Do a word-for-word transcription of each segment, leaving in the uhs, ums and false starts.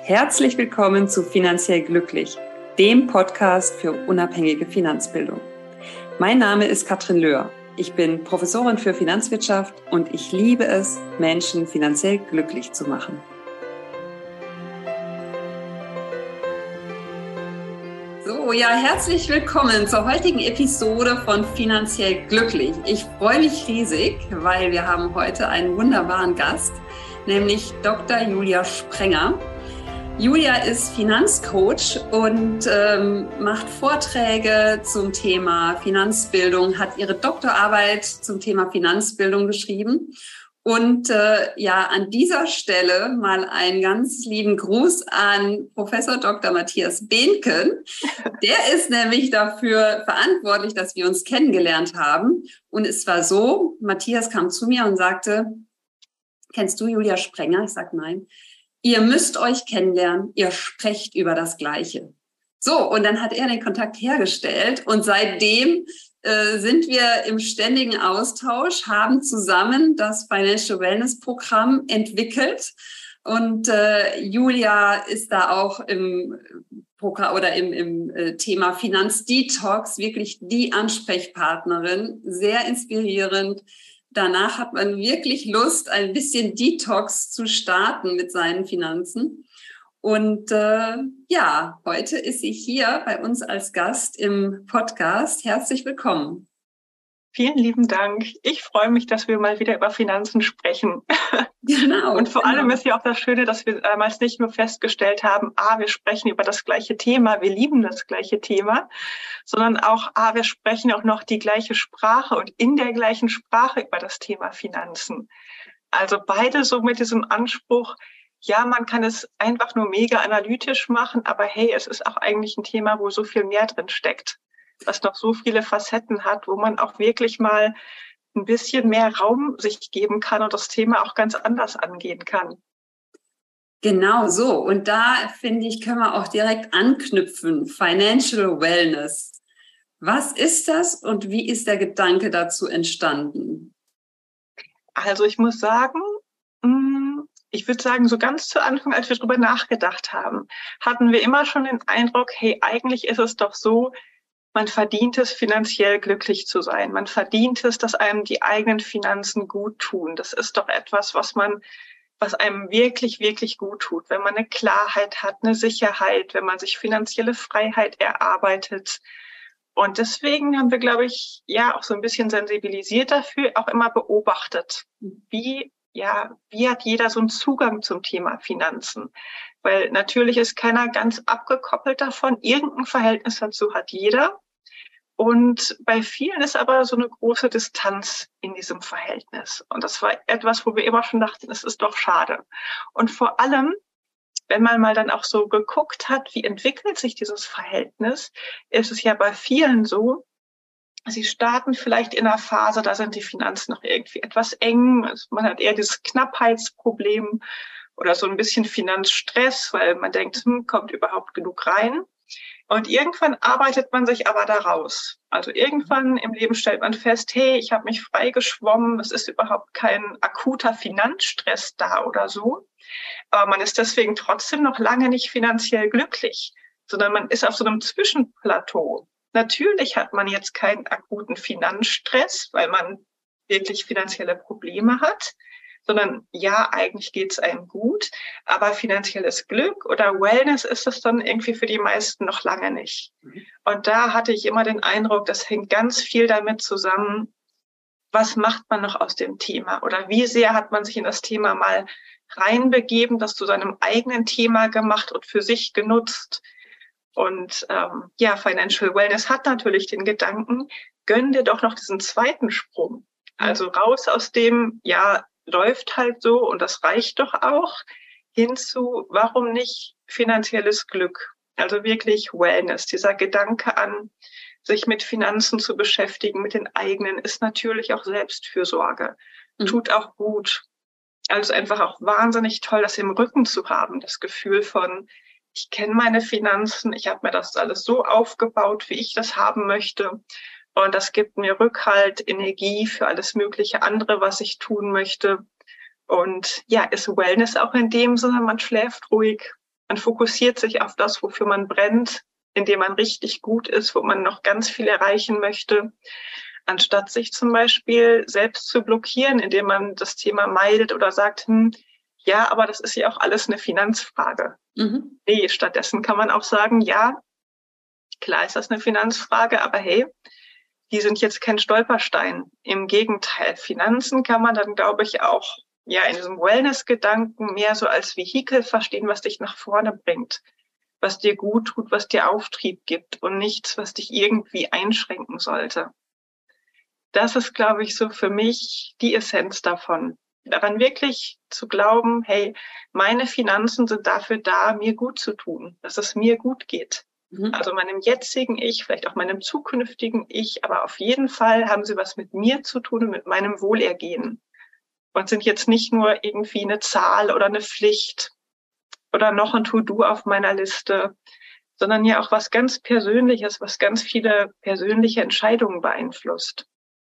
Herzlich willkommen zu Finanziell Glücklich, dem Podcast für unabhängige Finanzbildung. Mein Name ist Katrin Löhr. Ich bin Professorin für Finanzwirtschaft und ich liebe es, Menschen finanziell glücklich zu machen. So, ja, herzlich willkommen zur heutigen Episode von Finanziell Glücklich. Ich freue mich riesig, weil wir haben heute einen wunderbaren Gast, nämlich Doktor Julia Sprenger. Julia ist Finanzcoach und ähm, macht Vorträge zum Thema Finanzbildung, hat ihre Doktorarbeit zum Thema Finanzbildung geschrieben. Und äh, ja, an dieser Stelle mal einen ganz lieben Gruß an Professor Doktor Matthias Behnken. Der ist nämlich dafür verantwortlich, dass wir uns kennengelernt haben. Und es war so, Matthias kam zu mir und sagte, kennst du Julia Sprenger? Ich sag nein. Ihr müsst euch kennenlernen, ihr sprecht über das Gleiche. So, und dann hat er den Kontakt hergestellt und seitdem äh, sind wir im ständigen Austausch, haben zusammen das Financial Wellness Programm entwickelt und äh, Julia ist da auch im Programm oder im, im äh, Thema Finanzdetox wirklich die Ansprechpartnerin, sehr inspirierend. Danach hat man wirklich Lust, ein bisschen Detox zu starten mit seinen Finanzen. Und äh, ja, heute ist sie hier bei uns als Gast im Podcast. Herzlich willkommen. Vielen lieben Dank. Ich freue mich, dass wir mal wieder über Finanzen sprechen. Genau. Und vor genau. allem ist ja auch das Schöne, dass wir damals nicht nur festgestellt haben, ah, wir sprechen über das gleiche Thema, wir lieben das gleiche Thema, sondern auch, ah, wir sprechen auch noch die gleiche Sprache und in der gleichen Sprache über das Thema Finanzen. Also beide so mit diesem Anspruch, ja, man kann es einfach nur mega analytisch machen, aber hey, es ist auch eigentlich ein Thema, wo so viel mehr drin steckt, was noch so viele Facetten hat, wo man auch wirklich mal ein bisschen mehr Raum sich geben kann und das Thema auch ganz anders angehen kann. Genau so. Und da, finde ich, können wir auch direkt anknüpfen. Financial Wellness. Was ist das und wie ist der Gedanke dazu entstanden? Also ich muss sagen, ich würde sagen, so ganz zu Anfang, als wir darüber nachgedacht haben, hatten wir immer schon den Eindruck, hey, eigentlich ist es doch so, man verdient es, finanziell glücklich zu sein. Man verdient es, dass einem die eigenen Finanzen gut tun. Das ist doch etwas, was man, was einem wirklich, wirklich gut tut. Wenn man eine Klarheit hat, eine Sicherheit, wenn man sich finanzielle Freiheit erarbeitet. Und deswegen haben wir, glaube ich, ja auch so ein bisschen sensibilisiert dafür, auch immer beobachtet, wie, ja, wie hat jeder so einen Zugang zum Thema Finanzen? Weil natürlich ist keiner ganz abgekoppelt davon. Irgendein Verhältnis dazu hat jeder. Und bei vielen ist aber so eine große Distanz in diesem Verhältnis. Und das war etwas, wo wir immer schon dachten, es ist doch schade. Und vor allem, wenn man mal dann auch so geguckt hat, wie entwickelt sich dieses Verhältnis, ist es ja bei vielen so, sie starten vielleicht in einer Phase, da sind die Finanzen noch irgendwie etwas eng. Man hat eher dieses Knappheitsproblem oder so ein bisschen Finanzstress, weil man denkt, hm, kommt überhaupt genug rein? Und irgendwann arbeitet man sich aber da raus. Also irgendwann im Leben stellt man fest, hey, ich habe mich freigeschwommen, es ist überhaupt kein akuter Finanzstress da oder so. Aber man ist deswegen trotzdem noch lange nicht finanziell glücklich, sondern man ist auf so einem Zwischenplateau. Natürlich hat man jetzt keinen akuten Finanzstress, weil man wirklich finanzielle Probleme hat, sondern ja, eigentlich geht's einem gut, aber finanzielles Glück oder Wellness ist es dann irgendwie für die meisten noch lange nicht. Mhm. Und da hatte ich immer den Eindruck, das hängt ganz viel damit zusammen, was macht man noch aus dem Thema oder wie sehr hat man sich in das Thema mal reinbegeben, das zu seinem eigenen Thema gemacht und für sich genutzt. Und ähm, ja, Financial Wellness hat natürlich den Gedanken, gönn dir doch noch diesen zweiten Sprung. Also raus aus dem, ja, läuft halt so und das reicht doch auch, hinzu, warum nicht finanzielles Glück? Also wirklich Wellness, dieser Gedanke an, sich mit Finanzen zu beschäftigen, mit den eigenen, ist natürlich auch Selbstfürsorge. Mhm. Tut auch gut. Also einfach auch wahnsinnig toll, das im Rücken zu haben, das Gefühl von, ich kenne meine Finanzen, ich habe mir das alles so aufgebaut, wie ich das haben möchte. Und das gibt mir Rückhalt, Energie für alles mögliche andere, was ich tun möchte. Und ja, ist Wellness auch in dem Sinne, man schläft ruhig, Man fokussiert sich auf das, wofür man brennt, in dem man richtig gut ist, wo man noch ganz viel erreichen möchte, anstatt sich zum Beispiel selbst zu blockieren, indem man das Thema meidet oder sagt, hm, ja, aber das ist ja auch alles eine Finanzfrage. Mhm. Nee, stattdessen kann man auch sagen, ja, klar ist das eine Finanzfrage, aber hey, die sind jetzt kein Stolperstein. Im Gegenteil, Finanzen kann man dann, glaube ich, auch ja in diesem Wellness-Gedanken mehr so als Vehikel verstehen, was dich nach vorne bringt, was dir gut tut, was dir Auftrieb gibt und nichts, was dich irgendwie einschränken sollte. Das ist, glaube ich, so für mich die Essenz davon. Daran wirklich zu glauben, hey, meine Finanzen sind dafür da, mir gut zu tun, dass es mir gut geht. Mhm. Also meinem jetzigen Ich, vielleicht auch meinem zukünftigen Ich, aber auf jeden Fall haben sie was mit mir zu tun und mit meinem Wohlergehen. Und sind jetzt nicht nur irgendwie eine Zahl oder eine Pflicht oder noch ein To-Do auf meiner Liste, sondern ja auch was ganz Persönliches, was ganz viele persönliche Entscheidungen beeinflusst.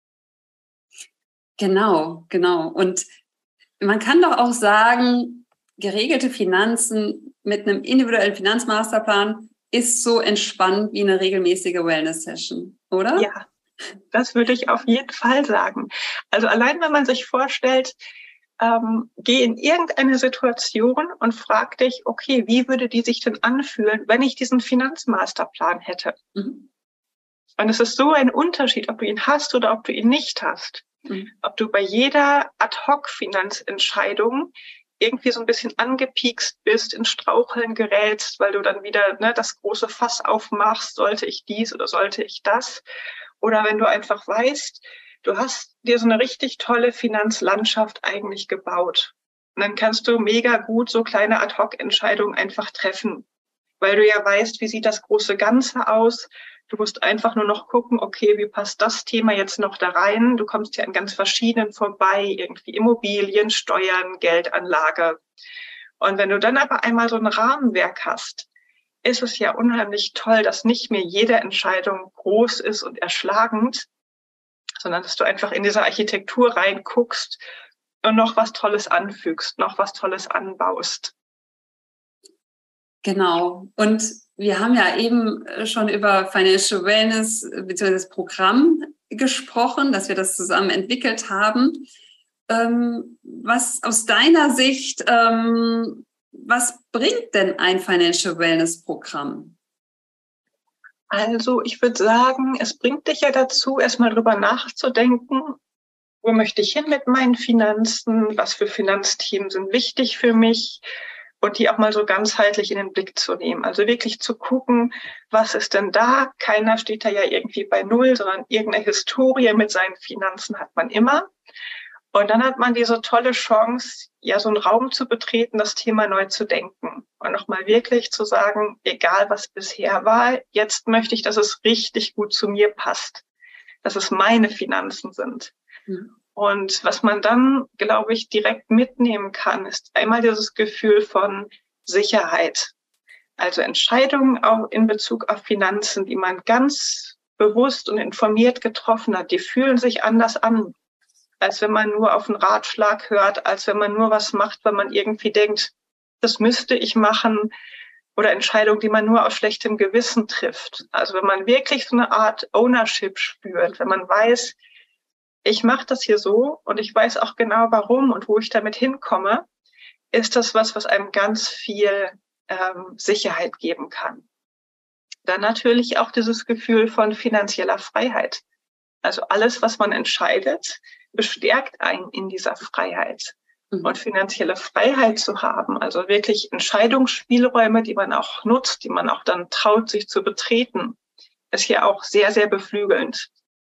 Genau, genau. Und man kann doch auch sagen, geregelte Finanzen mit einem individuellen Finanzmasterplan ist so entspannt wie eine regelmäßige Wellness-Session, oder? Ja, das würde ich auf jeden Fall sagen. Also allein, wenn man sich vorstellt, ähm, geh in irgendeine Situation und frag dich, okay, wie würde die sich denn anfühlen, wenn ich diesen Finanzmasterplan hätte? Mhm. Und es ist so ein Unterschied, ob du ihn hast oder ob du ihn nicht hast. Mhm. Ob du bei jeder Ad-Hoc-Finanzentscheidung irgendwie so ein bisschen angepiekst bist, in Straucheln gerätst, weil du dann wieder ne, das große Fass aufmachst, sollte ich dies oder sollte ich das? Oder wenn du einfach weißt, du hast dir so eine richtig tolle Finanzlandschaft eigentlich gebaut. Und dann kannst du mega gut so kleine Ad-Hoc-Entscheidungen einfach treffen, weil du ja weißt, wie sieht das große Ganze aus. Du musst einfach nur noch gucken, okay, wie passt das Thema jetzt noch da rein? Du kommst ja an ganz verschiedenen vorbei, irgendwie Immobilien, Steuern, Geldanlage. Und wenn du dann aber einmal so ein Rahmenwerk hast, ist es ja unheimlich toll, dass nicht mehr jede Entscheidung groß ist und erschlagend, sondern dass du einfach in diese Architektur reinguckst und noch was Tolles anfügst, noch was Tolles anbaust. Genau. Und wir haben ja eben schon über Financial Wellness bzw. das Programm gesprochen, dass wir das zusammen entwickelt haben. Ähm, was aus deiner Sicht, ähm, was bringt denn ein Financial Wellness Programm? Also ich würde sagen, es bringt dich ja dazu, erstmal drüber nachzudenken, wo möchte ich hin mit meinen Finanzen, was für Finanzthemen sind wichtig für mich und die auch mal so ganzheitlich in den Blick zu nehmen. Also wirklich zu gucken, was ist denn da? Keiner steht da ja irgendwie bei Null, sondern irgendeine Historie mit seinen Finanzen hat man immer. Und dann hat man diese tolle Chance, ja, so einen Raum zu betreten, das Thema neu zu denken und nochmal wirklich zu sagen, egal was bisher war, jetzt möchte ich, dass es richtig gut zu mir passt, dass es meine Finanzen sind. Mhm. Und was man dann, glaube ich, direkt mitnehmen kann, ist einmal dieses Gefühl von Sicherheit. Also Entscheidungen auch in Bezug auf Finanzen, die man ganz bewusst und informiert getroffen hat, die fühlen sich anders an, als wenn man nur auf einen Ratschlag hört, als wenn man nur was macht, wenn man irgendwie denkt, das müsste ich machen, oder Entscheidungen, die man nur aus schlechtem Gewissen trifft. Also wenn man wirklich so eine Art Ownership spürt, wenn man weiß, ich mache das hier so und ich weiß auch genau warum und wo ich damit hinkomme, ist das was, was einem ganz viel ähm, Sicherheit geben kann. Dann natürlich auch dieses Gefühl von finanzieller Freiheit. Also alles, was man entscheidet, bestärkt einen in dieser Freiheit. Mhm. Und finanzielle Freiheit zu haben, also wirklich Entscheidungsspielräume, die man auch nutzt, die man auch dann traut, sich zu betreten, ist hier auch sehr, sehr beflügelnd.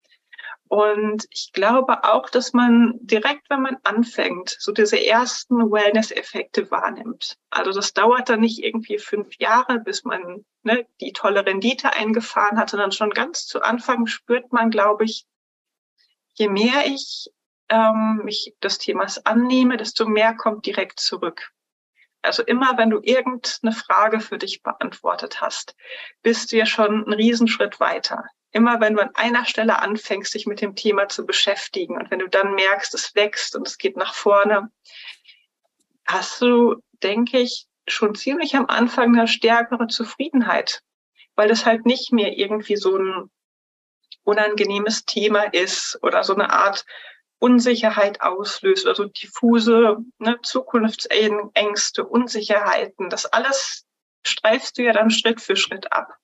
Und ich glaube auch, dass man direkt, wenn man anfängt, so diese ersten Wellness-Effekte wahrnimmt. Also das dauert dann nicht irgendwie fünf Jahre, bis man ne, die tolle Rendite eingefahren hat, sondern schon ganz zu Anfang spürt man, glaube ich, je mehr ich ähm, mich des Themas annehme, desto mehr kommt direkt zurück. Also immer, wenn du irgendeine Frage für dich beantwortet hast, bist du ja schon einen Riesenschritt weiter. Immer wenn du an einer Stelle anfängst, dich mit dem Thema zu beschäftigen und wenn du dann merkst, es wächst und es geht nach vorne, hast du, denke ich, schon ziemlich am Anfang eine stärkere Zufriedenheit, weil das halt nicht mehr irgendwie so ein unangenehmes Thema ist oder so eine Art Unsicherheit auslöst, also diffuse ne, Zukunftsängste, Unsicherheiten. Das alles streifst du ja dann Schritt für Schritt ab.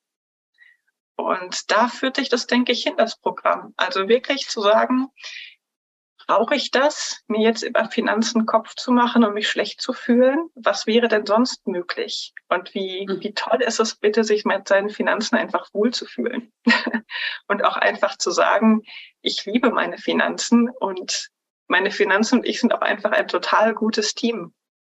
Und da führt dich das, denke ich, hin, das Programm. Also wirklich zu sagen, brauche ich das, mir jetzt über Finanzen Kopf zu machen und mich schlecht zu fühlen? Was wäre denn sonst möglich? Und wie, wie toll ist es bitte, sich mit seinen Finanzen einfach wohlzufühlen? Und auch einfach zu sagen, ich liebe meine Finanzen und meine Finanzen und ich sind auch einfach ein total gutes Team.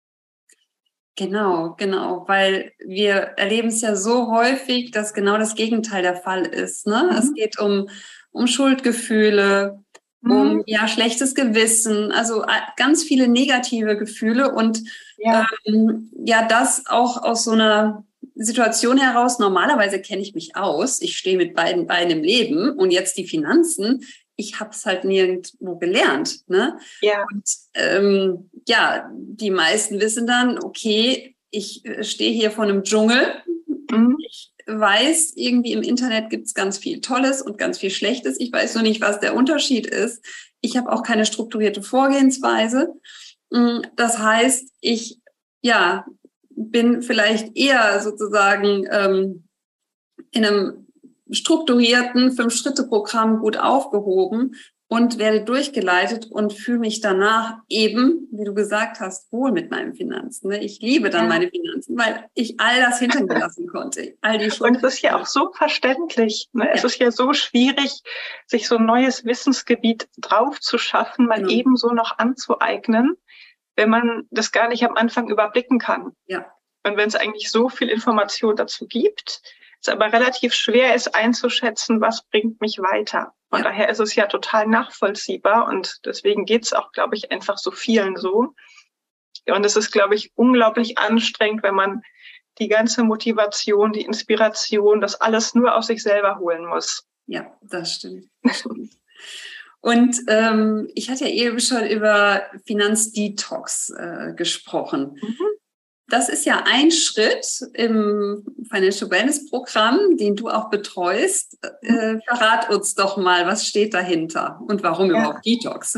Genau, genau, weil wir erleben es ja so häufig, dass genau das Gegenteil der Fall ist. Ne? Mhm. Es geht um, um Schuldgefühle, um mhm. ja schlechtes Gewissen, also ganz viele negative Gefühle und ja, ähm, ja das auch aus so einer Situation heraus. Normalerweise kenne ich mich aus, ich stehe mit beiden Beinen im Leben und jetzt die Finanzen. Ich habe es halt nirgendwo gelernt. Ne? Ja. Und ähm, ja, die meisten wissen dann, okay, ich stehe hier vor einem Dschungel. Mhm. Ich weiß, irgendwie im Internet gibt es ganz viel Tolles und ganz viel Schlechtes. Ich weiß nur nicht, was der Unterschied ist. Ich habe auch keine strukturierte Vorgehensweise. Das heißt, ich ja bin vielleicht eher sozusagen ähm, in einem strukturierten Fünf-Schritte-Programm gut aufgehoben und werde durchgeleitet und fühle mich danach eben, wie du gesagt hast, wohl mit meinen Finanzen. Ich liebe dann ja. meine Finanzen, weil ich all das hinter mir lassen konnte. All die und es ist ja auch so verständlich. Ne? Ja. Es ist ja so schwierig, sich so ein neues Wissensgebiet drauf zu schaffen, mal genau. ebenso noch anzueignen, wenn man das gar nicht am Anfang überblicken kann. Ja. Und wenn es eigentlich so viel Information dazu gibt, es aber relativ schwer ist einzuschätzen, was bringt mich weiter. Von ja. daher ist es ja total nachvollziehbar und deswegen geht es auch, glaube ich, einfach so vielen so. Und es ist, glaube ich, unglaublich anstrengend, wenn man die ganze Motivation, die Inspiration, das alles nur aus sich selber holen muss. Ja, das stimmt. Das stimmt. Und ähm, ich hatte ja eben schon über Finanzdetox äh, gesprochen. Mhm. Das ist ja ein Schritt im Financial Wellness Programm, den du auch betreust. Äh, verrat uns doch mal, was steht dahinter und warum ja. überhaupt Detox?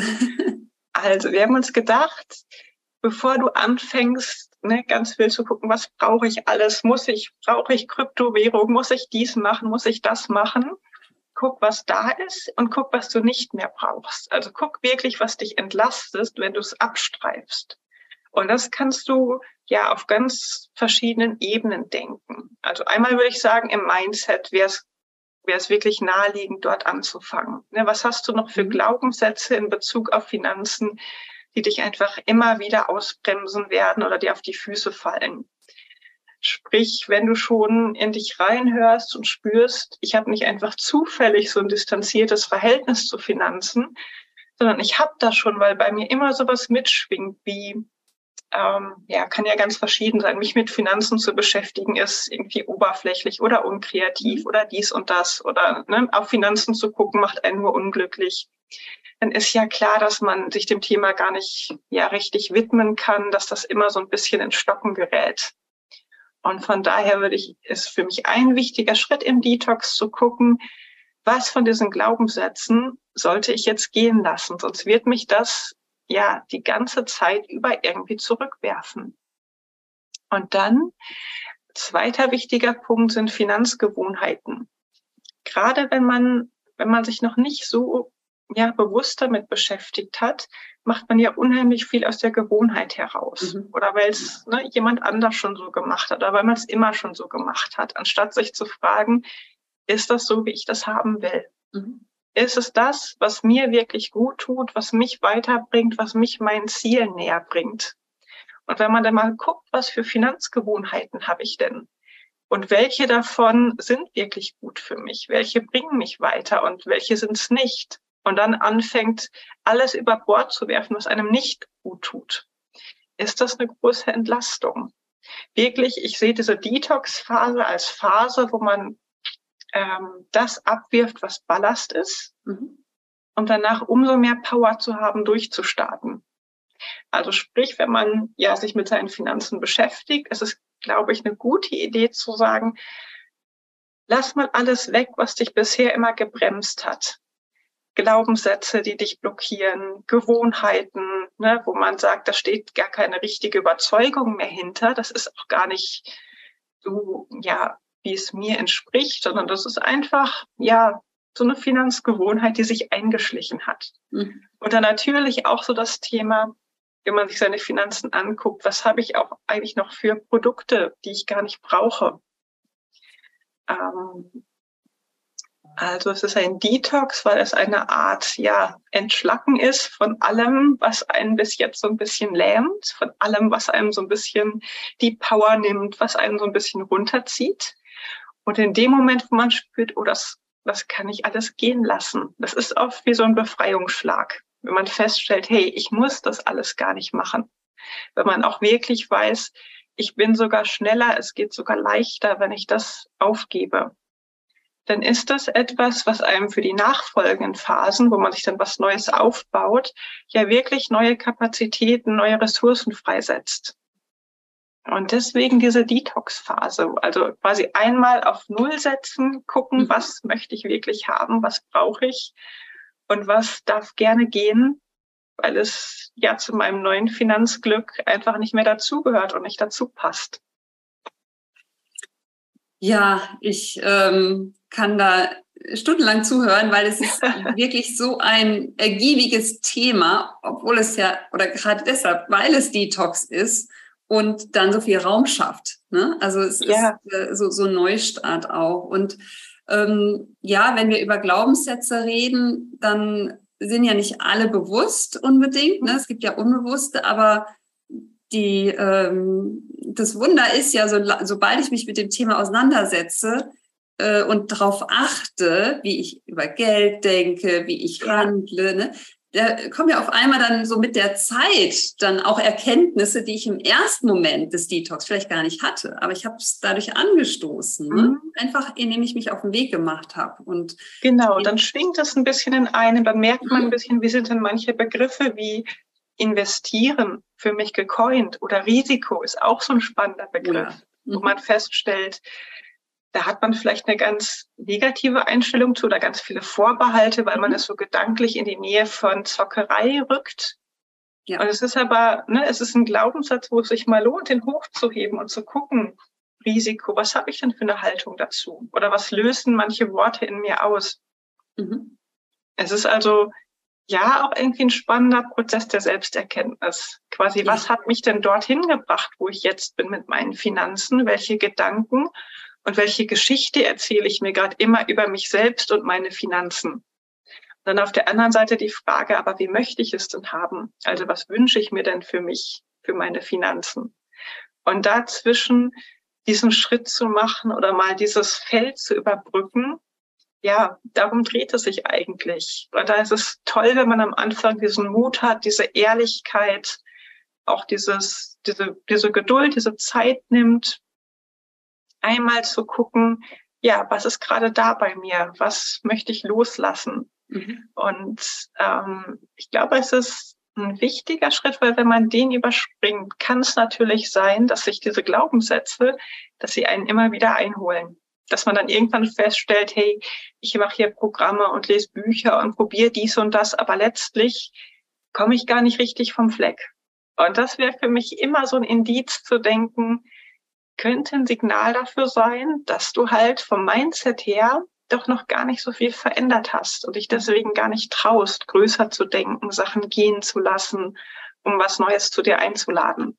Also wir haben uns gedacht, bevor du anfängst, ne, ganz viel zu gucken, was brauche ich alles? Muss ich, brauche ich Kryptowährung? Muss ich dies machen? Muss ich das machen? Guck, was da ist und guck, was du nicht mehr brauchst. Also guck wirklich, was dich entlastet, wenn du es abstreifst. Und das kannst du ja auf ganz verschiedenen Ebenen denken. Also einmal würde ich sagen, im Mindset wäre es wäre es wirklich naheliegend, dort anzufangen. Ne, was hast du noch für Glaubenssätze in Bezug auf Finanzen, die dich einfach immer wieder ausbremsen werden oder dir auf die Füße fallen? Sprich, wenn du schon in dich reinhörst und spürst, ich habe nicht einfach zufällig so ein distanziertes Verhältnis zu Finanzen, sondern ich habe das schon, weil bei mir immer sowas mitschwingt wie, ähm, ja, kann ja ganz verschieden sein. Mich mit Finanzen zu beschäftigen ist irgendwie oberflächlich oder unkreativ oder dies und das oder ne, auf Finanzen zu gucken macht einen nur unglücklich. Dann ist ja klar, dass man sich dem Thema gar nicht ja richtig widmen kann, dass das immer so ein bisschen in Stocken gerät. Und von daher würde ich, ist für mich ein wichtiger Schritt im Detox zu gucken, was von diesen Glaubenssätzen sollte ich jetzt gehen lassen, sonst wird mich das ja die ganze Zeit über irgendwie zurückwerfen. Und dann, zweiter wichtiger Punkt sind Finanzgewohnheiten. Gerade wenn man, wenn man sich noch nicht so ja, bewusst damit beschäftigt hat, macht man ja unheimlich viel aus der Gewohnheit heraus. Mhm. Oder weil es ne, jemand anders schon so gemacht hat oder weil man es immer schon so gemacht hat, anstatt sich zu fragen, ist das so, wie ich das haben will? Mhm. Ist es das, was mir wirklich gut tut, was mich weiterbringt, was mich meinen Zielen näher bringt? Und wenn man dann mal guckt, was für Finanzgewohnheiten habe ich denn? Und welche davon sind wirklich gut für mich? Welche bringen mich weiter und welche sind es nicht? Und dann anfängt, alles über Bord zu werfen, was einem nicht gut tut. Ist das eine große Entlastung? Wirklich, ich sehe diese Detox-Phase als Phase, wo man ähm, das abwirft, was Ballast ist, mhm. um danach umso mehr Power zu haben, durchzustarten. Also sprich, wenn man ja sich mit seinen Finanzen beschäftigt, ist es, glaube ich, eine gute Idee zu sagen, lass mal alles weg, was dich bisher immer gebremst hat. Glaubenssätze, die dich blockieren, Gewohnheiten, ne, wo man sagt, da steht gar keine richtige Überzeugung mehr hinter. Das ist auch gar nicht so, ja, wie es mir entspricht, sondern das ist einfach, ja, so eine Finanzgewohnheit, die sich eingeschlichen hat. Mhm. Und dann natürlich auch so das Thema, wenn man sich seine Finanzen anguckt, was habe ich auch eigentlich noch für Produkte, die ich gar nicht brauche? Ähm, Also es ist ein Detox, weil es eine Art, ja, Entschlacken ist von allem, was einen bis jetzt so ein bisschen lähmt, von allem, was einem so ein bisschen die Power nimmt, was einen so ein bisschen runterzieht. Und in dem Moment, wo man spürt, oh, das, das kann ich alles gehen lassen. Das ist oft wie so ein Befreiungsschlag, wenn man feststellt, hey, ich muss das alles gar nicht machen. Wenn man auch wirklich weiß, ich bin sogar schneller, es geht sogar leichter, wenn ich das aufgebe. Dann ist das etwas, was einem für die nachfolgenden Phasen, wo man sich dann was Neues aufbaut, ja wirklich neue Kapazitäten, neue Ressourcen freisetzt. Und deswegen diese Detox-Phase, also quasi einmal auf Null setzen, gucken, was möchte ich wirklich haben, was brauche ich und was darf gerne gehen, weil es ja zu meinem neuen Finanzglück einfach nicht mehr dazugehört und nicht dazu passt. Ja, ich ähm, kann da stundenlang zuhören, weil es ist wirklich so ein ergiebiges Thema, obwohl es ja, oder gerade deshalb, weil es Detox ist und dann so viel Raum schafft. Ne? Also es ja. ist äh, so, so ein Neustart auch. Und ähm, ja, wenn wir über Glaubenssätze reden, dann sind ja nicht alle bewusst unbedingt. Ne? Es gibt ja Unbewusste, aber die, ähm, das Wunder ist ja, so, sobald ich mich mit dem Thema auseinandersetze äh, und darauf achte, wie ich über Geld denke, wie ich handle, ne, da kommen ja auf einmal dann so mit der Zeit dann auch Erkenntnisse, die ich im ersten Moment des Detox vielleicht gar nicht hatte. Aber ich habe es dadurch angestoßen, ne? Mhm. Einfach indem ich mich auf den Weg gemacht habe. Und genau, dann schwingt es ein bisschen in einem, dann merkt man ein bisschen, wie sind denn manche Begriffe wie Investieren für mich gecoint oder Risiko ist auch so ein spannender Begriff, ja. mhm. wo man feststellt, da hat man vielleicht eine ganz negative Einstellung zu oder ganz viele Vorbehalte, weil mhm. man es so gedanklich in die Nähe von Zockerei rückt. Ja. Und es ist aber, ne, es ist ein Glaubenssatz, wo es sich mal lohnt, den hochzuheben und zu gucken, Risiko, was habe ich denn für eine Haltung dazu? Oder was lösen manche Worte in mir aus? Mhm. Es ist also ja, auch irgendwie ein spannender Prozess der Selbsterkenntnis. Quasi, ja. was hat mich denn dorthin gebracht, wo ich jetzt bin mit meinen Finanzen? Welche Gedanken und welche Geschichte erzähle ich mir gerade immer über mich selbst und meine Finanzen? Und dann auf der anderen Seite die Frage, aber wie möchte ich es denn haben? Also was wünsche ich mir denn für mich, für meine Finanzen? Und dazwischen diesen Schritt zu machen oder mal dieses Feld zu überbrücken, ja, darum dreht es sich eigentlich. Und da ist es toll, wenn man am Anfang diesen Mut hat, diese Ehrlichkeit, auch dieses, diese, diese Geduld, diese Zeit nimmt, einmal zu gucken, ja, was ist gerade da bei mir? Was möchte ich loslassen? Mhm. Und ähm, ich glaube, es ist ein wichtiger Schritt, weil wenn man den überspringt, kann es natürlich sein, dass sich diese Glaubenssätze, dass sie einen immer wieder einholen. Dass man dann irgendwann feststellt, hey, ich mache hier Programme und lese Bücher und probiere dies und das, aber letztlich komme ich gar nicht richtig vom Fleck. Und das wäre für mich immer so ein Indiz zu denken, könnte ein Signal dafür sein, dass du halt vom Mindset her doch noch gar nicht so viel verändert hast und dich deswegen gar nicht traust, größer zu denken, Sachen gehen zu lassen, um was Neues zu dir einzuladen.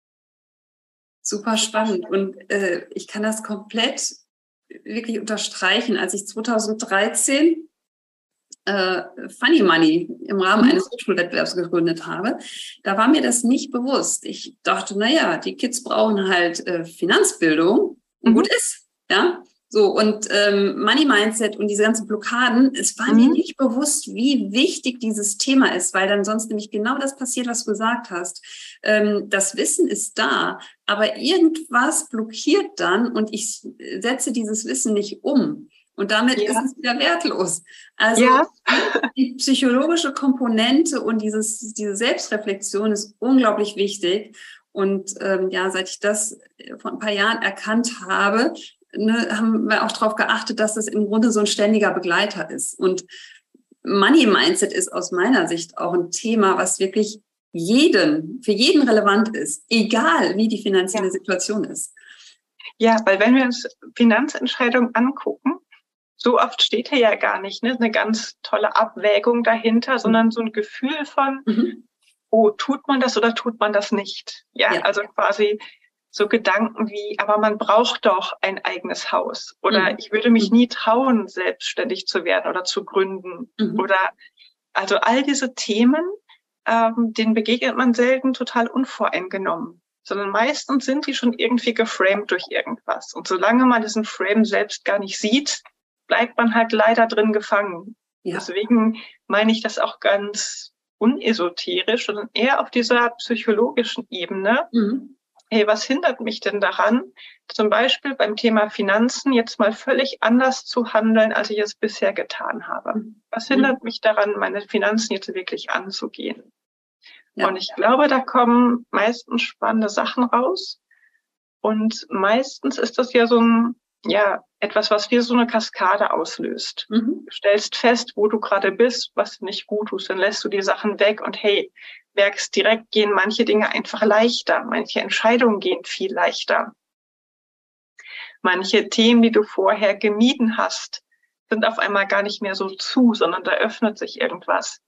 Super spannend und äh, ich kann das komplett wirklich unterstreichen. Als ich zweitausenddreizehn äh, Funny Money im Rahmen mhm. eines Hochschulwettbewerbs gegründet habe, da war mir das nicht bewusst. Ich dachte, naja, die Kids brauchen halt äh, Finanzbildung und mhm. gut ist, ja. So, und ähm, Money Mindset und diese ganzen Blockaden, es war mhm. mir nicht bewusst, wie wichtig dieses Thema ist, weil dann sonst nämlich genau das passiert, was du gesagt hast. Ähm, das Wissen ist da, aber irgendwas blockiert dann und ich setze dieses Wissen nicht um. Und damit Ja. ist es wieder wertlos. Also Ja. die psychologische Komponente und dieses, diese Selbstreflexion ist unglaublich wichtig. Und ähm, ja, seit ich das vor ein paar Jahren erkannt habe, ne, haben wir auch darauf geachtet, dass das im Grunde so ein ständiger Begleiter ist. Und Money Mindset ist aus meiner Sicht auch ein Thema, was wirklich jeden, für jeden relevant ist, egal wie die finanzielle Ja. Situation ist. Ja, weil wenn wir uns Finanzentscheidungen angucken, so oft steht hier ja gar nicht, ne, eine ganz tolle Abwägung dahinter, sondern so ein Gefühl von, Mhm. oh, tut man das oder tut man das nicht? Ja, Ja. also quasi so Gedanken wie, aber man braucht doch ein eigenes Haus. Oder Mhm. ich würde mich Mhm. nie trauen, selbstständig zu werden oder zu gründen. Mhm. Oder also all diese Themen, ähm, denen begegnet man selten total unvoreingenommen. Sondern meistens sind die schon irgendwie geframed durch irgendwas. Und solange man diesen Frame selbst gar nicht sieht, bleibt man halt leider drin gefangen. Ja. Deswegen meine ich das auch ganz unesoterisch, sondern eher auf dieser psychologischen Ebene. Mhm. Hey, was hindert mich denn daran, zum Beispiel beim Thema Finanzen jetzt mal völlig anders zu handeln, als ich es bisher getan habe? Was hindert mich daran, meine Finanzen jetzt wirklich anzugehen? Ja. Und ich glaube, da kommen meistens spannende Sachen raus. Und meistens ist das ja so ein, ja, etwas, was wie so eine Kaskade auslöst. Mhm. Du stellst fest, wo du gerade bist, was nicht gut tust, dann lässt du die Sachen weg und hey, merkst direkt, gehen manche Dinge einfach leichter. Manche Entscheidungen gehen viel leichter. Manche Themen, die du vorher gemieden hast, sind auf einmal gar nicht mehr so zu, sondern da öffnet sich irgendwas.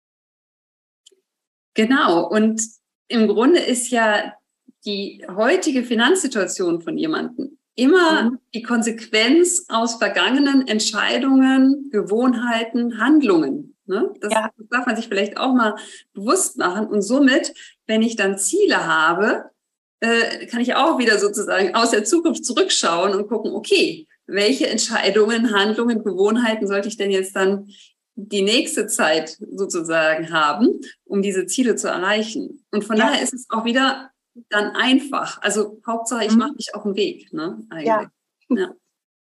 Genau. Und im Grunde ist ja die heutige Finanzsituation von jemandem immer Mhm. die Konsequenz aus vergangenen Entscheidungen, Gewohnheiten, Handlungen. Ne? Das, Ja. das darf man sich vielleicht auch mal bewusst machen. Und somit, wenn ich dann Ziele habe, äh, kann ich auch wieder sozusagen aus der Zukunft zurückschauen und gucken, okay, welche Entscheidungen, Handlungen, Gewohnheiten sollte ich denn jetzt dann die nächste Zeit sozusagen haben, um diese Ziele zu erreichen. Und von Ja. daher ist es auch wieder dann einfach. Also Hauptsache, ich Mhm. mache mich auf den Weg, ne? Eigentlich. Ja. Ja.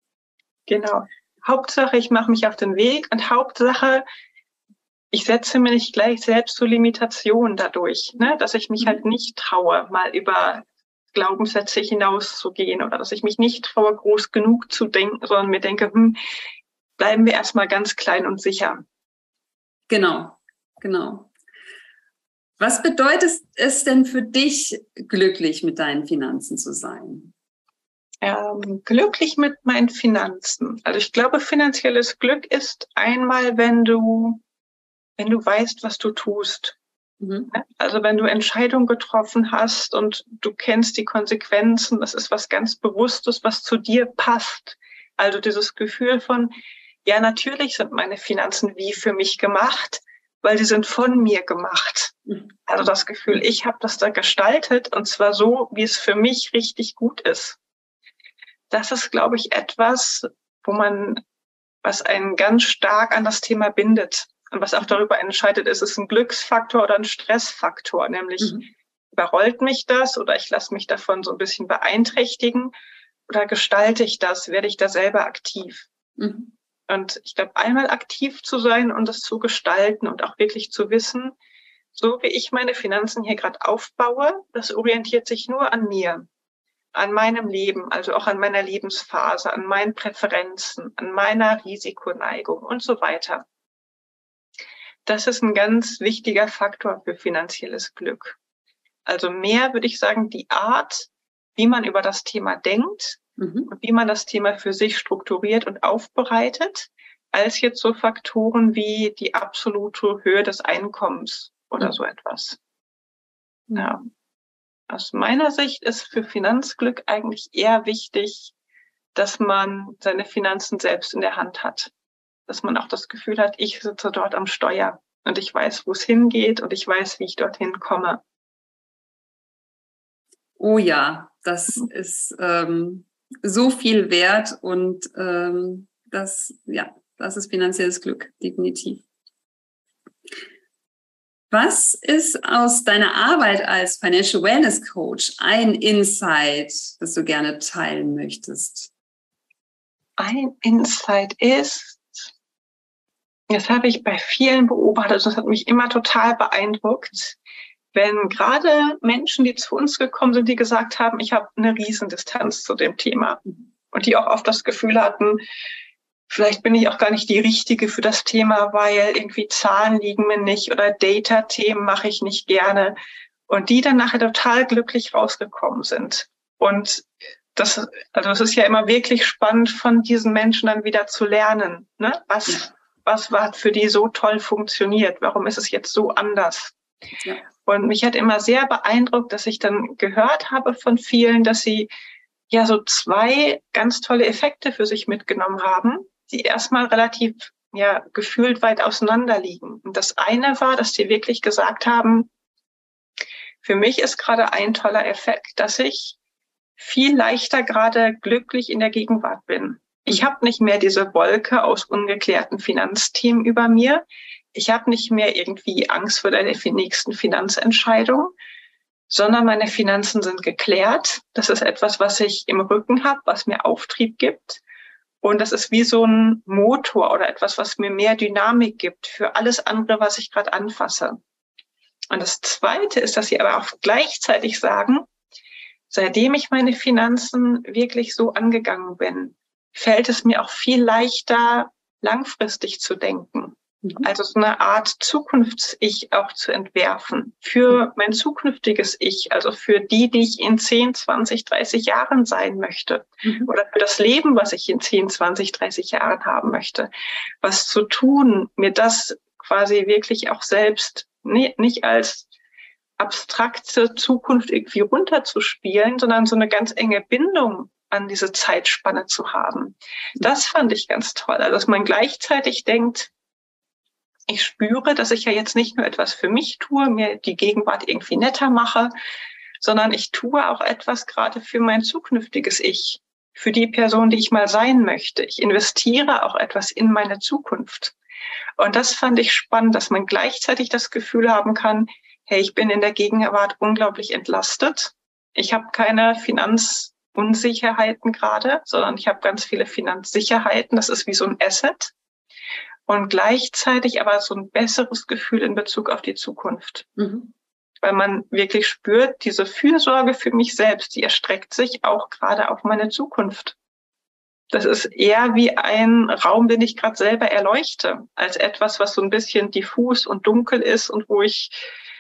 Genau. Hauptsache, ich mache mich auf den Weg und Hauptsache, ich setze mir nicht gleich selbst so Limitationen dadurch, ne? Dass ich mich Mhm. halt nicht traue, mal über Glaubenssätze hinauszugehen oder dass ich mich nicht traue, groß genug zu denken, sondern mir denke, hm, bleiben wir erstmal ganz klein und sicher. Genau, genau. Was bedeutet es denn für dich, glücklich mit deinen Finanzen zu sein? Ähm, glücklich mit meinen Finanzen. Also ich glaube, finanzielles Glück ist einmal, wenn du, wenn du weißt, was du tust. Mhm. Also wenn du Entscheidungen getroffen hast und du kennst die Konsequenzen, das ist was ganz Bewusstes, was zu dir passt. Also dieses Gefühl von, ja, natürlich sind meine Finanzen wie für mich gemacht, weil die sind von mir gemacht. Mhm. Also das Gefühl, ich habe das da gestaltet und zwar so, wie es für mich richtig gut ist. Das ist, glaube ich, etwas, wo man, was einen ganz stark an das Thema bindet. Und was auch darüber entscheidet, ist es ein Glücksfaktor oder ein Stressfaktor, nämlich Mhm. überrollt mich das oder ich lasse mich davon so ein bisschen beeinträchtigen oder gestalte ich das, werde ich da selber aktiv. Mhm. Und ich glaube, einmal aktiv zu sein und das zu gestalten und auch wirklich zu wissen, so wie ich meine Finanzen hier gerade aufbaue, das orientiert sich nur an mir, an meinem Leben, also auch an meiner Lebensphase, an meinen Präferenzen, an meiner Risikoneigung und so weiter. Das ist ein ganz wichtiger Faktor für finanzielles Glück. Also mehr würde ich sagen, die Art, wie man über das Thema denkt Mhm. und wie man das Thema für sich strukturiert und aufbereitet, als jetzt so Faktoren wie die absolute Höhe des Einkommens oder Mhm. so etwas. Mhm. Ja. Aus meiner Sicht ist für Finanzglück eigentlich eher wichtig, dass man seine Finanzen selbst in der Hand hat. Dass man auch das Gefühl hat, ich sitze dort am Steuer und ich weiß, wo es hingeht und ich weiß, wie ich dorthin komme. Oh ja, das ist ähm, so viel wert und ähm, das, ja, das ist finanzielles Glück, definitiv. Was ist aus deiner Arbeit als Financial Wellness Coach ein Insight, das du gerne teilen möchtest? ein Insight ist, das habe ich bei vielen beobachtet, das hat mich immer total beeindruckt, wenn gerade Menschen, die zu uns gekommen sind, die gesagt haben, ich habe eine Riesendistanz zu dem Thema und die auch oft das Gefühl hatten, vielleicht bin ich auch gar nicht die Richtige für das Thema, weil irgendwie Zahlen liegen mir nicht oder Data-Themen mache ich nicht gerne und die dann nachher total glücklich rausgekommen sind. Und das, also es ist ja immer wirklich spannend, von diesen Menschen dann wieder zu lernen, ne? Was, ja. was war für die so toll funktioniert? Warum ist es jetzt so anders? Ja. Und mich hat immer sehr beeindruckt, dass ich dann gehört habe von vielen, dass sie ja so zwei ganz tolle Effekte für sich mitgenommen haben, die erstmal relativ ja gefühlt weit auseinander liegen. Und das eine war, dass die wirklich gesagt haben, für mich ist gerade ein toller Effekt, dass ich viel leichter gerade glücklich in der Gegenwart bin. Ich habe nicht mehr diese Wolke aus ungeklärten Finanzthemen über mir. Ich habe nicht mehr irgendwie Angst vor der nächsten Finanzentscheidung, sondern meine Finanzen sind geklärt. Das ist etwas, was ich im Rücken habe, was mir Auftrieb gibt. Und das ist wie so ein Motor oder etwas, was mir mehr Dynamik gibt für alles andere, was ich gerade anfasse. Und das Zweite ist, dass sie aber auch gleichzeitig sagen, seitdem ich meine Finanzen wirklich so angegangen bin, fällt es mir auch viel leichter, langfristig zu denken. Mhm. Also so eine Art Zukunfts-Ich auch zu entwerfen für mein zukünftiges Ich, also für die, die ich in zehn, zwanzig, dreißig Jahren sein möchte. Mhm. Oder für das Leben, was ich in zehn, zwanzig, dreißig Jahren haben möchte. Was zu tun, mir das quasi wirklich auch selbst nicht als abstrakte Zukunft irgendwie runterzuspielen, sondern so eine ganz enge Bindung an diese Zeitspanne zu haben. Das fand ich ganz toll. Also, dass man gleichzeitig denkt, ich spüre, dass ich ja jetzt nicht nur etwas für mich tue, mir die Gegenwart irgendwie netter mache, sondern ich tue auch etwas gerade für mein zukünftiges Ich, für die Person, die ich mal sein möchte. Ich investiere auch etwas in meine Zukunft. Und das fand ich spannend, dass man gleichzeitig das Gefühl haben kann, hey, ich bin in der Gegenwart unglaublich entlastet. Ich habe keine Finanzunsicherheiten gerade, sondern ich habe ganz viele Finanzsicherheiten. Das ist wie so ein Asset. Und gleichzeitig aber so ein besseres Gefühl in Bezug auf die Zukunft. Mhm. Weil man wirklich spürt, diese Fürsorge für mich selbst, die erstreckt sich auch gerade auf meine Zukunft. Das ist eher wie ein Raum, den ich gerade selber erleuchte, als etwas, was so ein bisschen diffus und dunkel ist und wo ich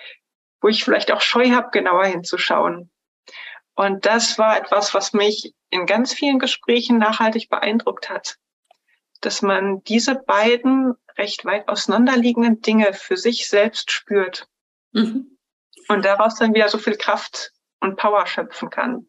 wo ich vielleicht auch Scheu habe, genauer hinzuschauen. Und das war etwas, was mich in ganz vielen Gesprächen nachhaltig beeindruckt hat, dass man diese beiden recht weit auseinanderliegenden Dinge für sich selbst spürt mhm. und daraus dann wieder so viel Kraft und Power schöpfen kann.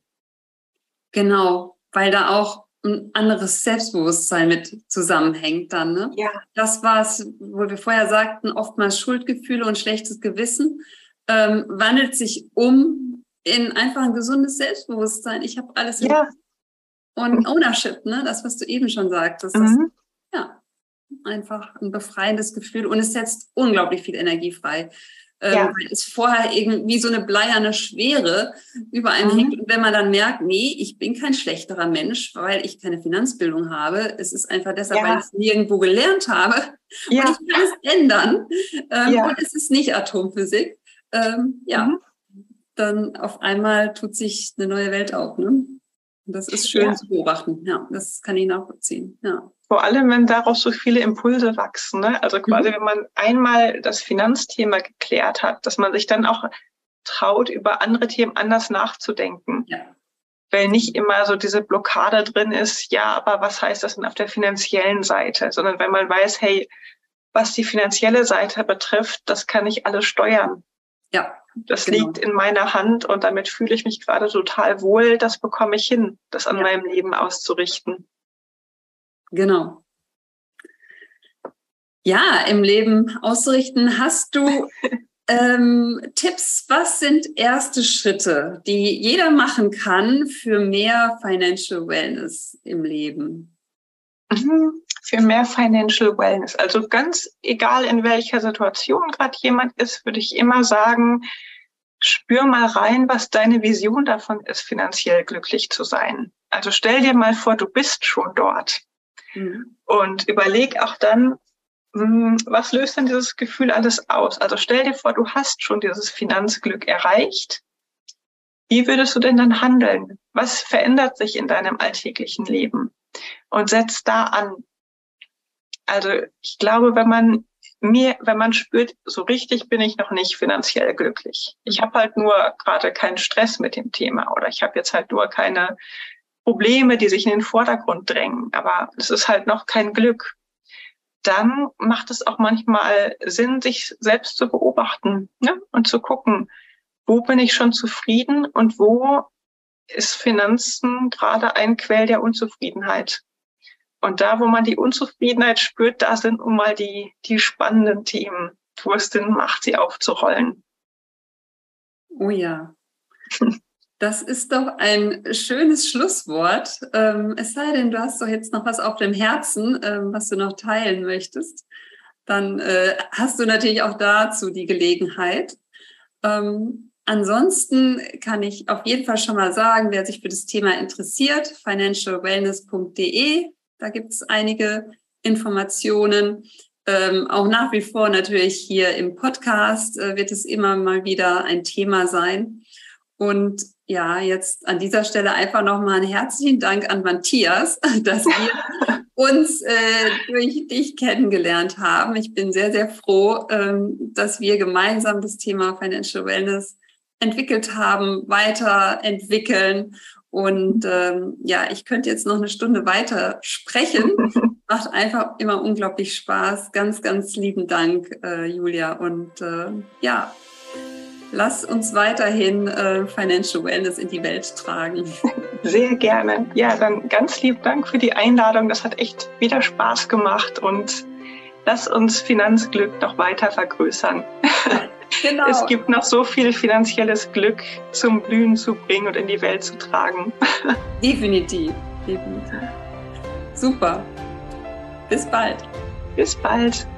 Genau, weil da auch ein anderes Selbstbewusstsein mit zusammenhängt dann. Ne? Ja. Das war es, wo wir vorher sagten, oftmals Schuldgefühle und schlechtes Gewissen. Ähm, wandelt sich um in einfach ein gesundes Selbstbewusstsein. Ich habe alles im ja. und Ownership, ne? Das, was du eben schon sagtest. Das mhm. ist ja einfach ein befreiendes Gefühl und es setzt unglaublich viel Energie frei. Ähm, ja. Weil es vorher irgendwie so eine bleierne Schwere über einem mhm. hängt. Und wenn man dann merkt, nee, ich bin kein schlechterer Mensch, weil ich keine Finanzbildung habe. Es ist einfach deshalb, ja. weil ich es nirgendwo gelernt habe. Ja. Und ich kann es ändern. Ähm, ja. Und es ist nicht Atomphysik. Ähm, ja, mhm. dann auf einmal tut sich eine neue Welt auf. Ne? Und das ist schön ja. zu beobachten. Ja, das kann ich nachvollziehen. Ja. Vor allem, wenn daraus so viele Impulse wachsen. Ne? Also quasi, mhm. wenn man einmal das Finanzthema geklärt hat, dass man sich dann auch traut, über andere Themen anders nachzudenken. Ja. Weil nicht immer so diese Blockade drin ist, ja, aber was heißt das denn auf der finanziellen Seite? Sondern wenn man weiß, hey, was die finanzielle Seite betrifft, das kann ich alles steuern. Ja, das genau. liegt in meiner Hand und damit fühle ich mich gerade total wohl. Das bekomme ich hin, das an ja. meinem Leben auszurichten. Genau. Ja, im Leben auszurichten. Hast du ähm, Tipps? Was sind erste Schritte, die jeder machen kann für mehr Financial Wellness im Leben? Mhm. Für mehr Financial Wellness. Also ganz egal, in welcher Situation gerade jemand ist, würde ich immer sagen, spür mal rein, was deine Vision davon ist, finanziell glücklich zu sein. Also stell dir mal vor, du bist schon dort. Mhm. Und überleg auch dann, was löst denn dieses Gefühl alles aus? Also stell dir vor, du hast schon dieses Finanzglück erreicht. Wie würdest du denn dann handeln? Was verändert sich in deinem alltäglichen Leben? Und setz da an. Also ich glaube, wenn man mir, wenn man spürt, so richtig bin ich noch nicht finanziell glücklich. Ich habe halt nur gerade keinen Stress mit dem Thema oder ich habe jetzt halt nur keine Probleme, die sich in den Vordergrund drängen. Aber es ist halt noch kein Glück. Dann macht es auch manchmal Sinn, sich selbst zu beobachten, ne? Und zu gucken, wo bin ich schon zufrieden und wo ist Finanzen gerade ein Quell der Unzufriedenheit. Und da, wo man die Unzufriedenheit spürt, da sind nun mal die, die spannenden Themen, wo es Sinn macht, sie aufzurollen. Oh ja. Das ist doch ein schönes Schlusswort. Ähm, es sei denn, du hast doch jetzt noch was auf dem Herzen, ähm, was du noch teilen möchtest. Dann äh, hast du natürlich auch dazu die Gelegenheit. Ähm, ansonsten kann ich auf jeden Fall schon mal sagen, wer sich für das Thema interessiert, financial wellness punkt de, da gibt es einige Informationen. Ähm, auch nach wie vor natürlich hier im Podcast äh, wird es immer mal wieder ein Thema sein. Und ja, jetzt an dieser Stelle einfach nochmal einen herzlichen Dank an Matthias, dass wir uns äh, durch dich kennengelernt haben. Ich bin sehr, sehr froh, ähm, dass wir gemeinsam das Thema Financial Wellness entwickelt haben, weiterentwickeln. Und ähm, ja, ich könnte jetzt noch eine Stunde weiter sprechen. Macht einfach immer unglaublich Spaß. Ganz, ganz lieben Dank, äh, Julia. Und äh, ja, lass uns weiterhin äh, Financial Wellness in die Welt tragen. Sehr gerne. Ja, dann ganz lieben Dank für die Einladung. Das hat echt wieder Spaß gemacht und lass uns Finanzglück noch weiter vergrößern. Genau. Es gibt noch so viel finanzielles Glück zum Blühen zu bringen und in die Welt zu tragen. Definitiv, definitiv. Super. Bis bald. Bis bald.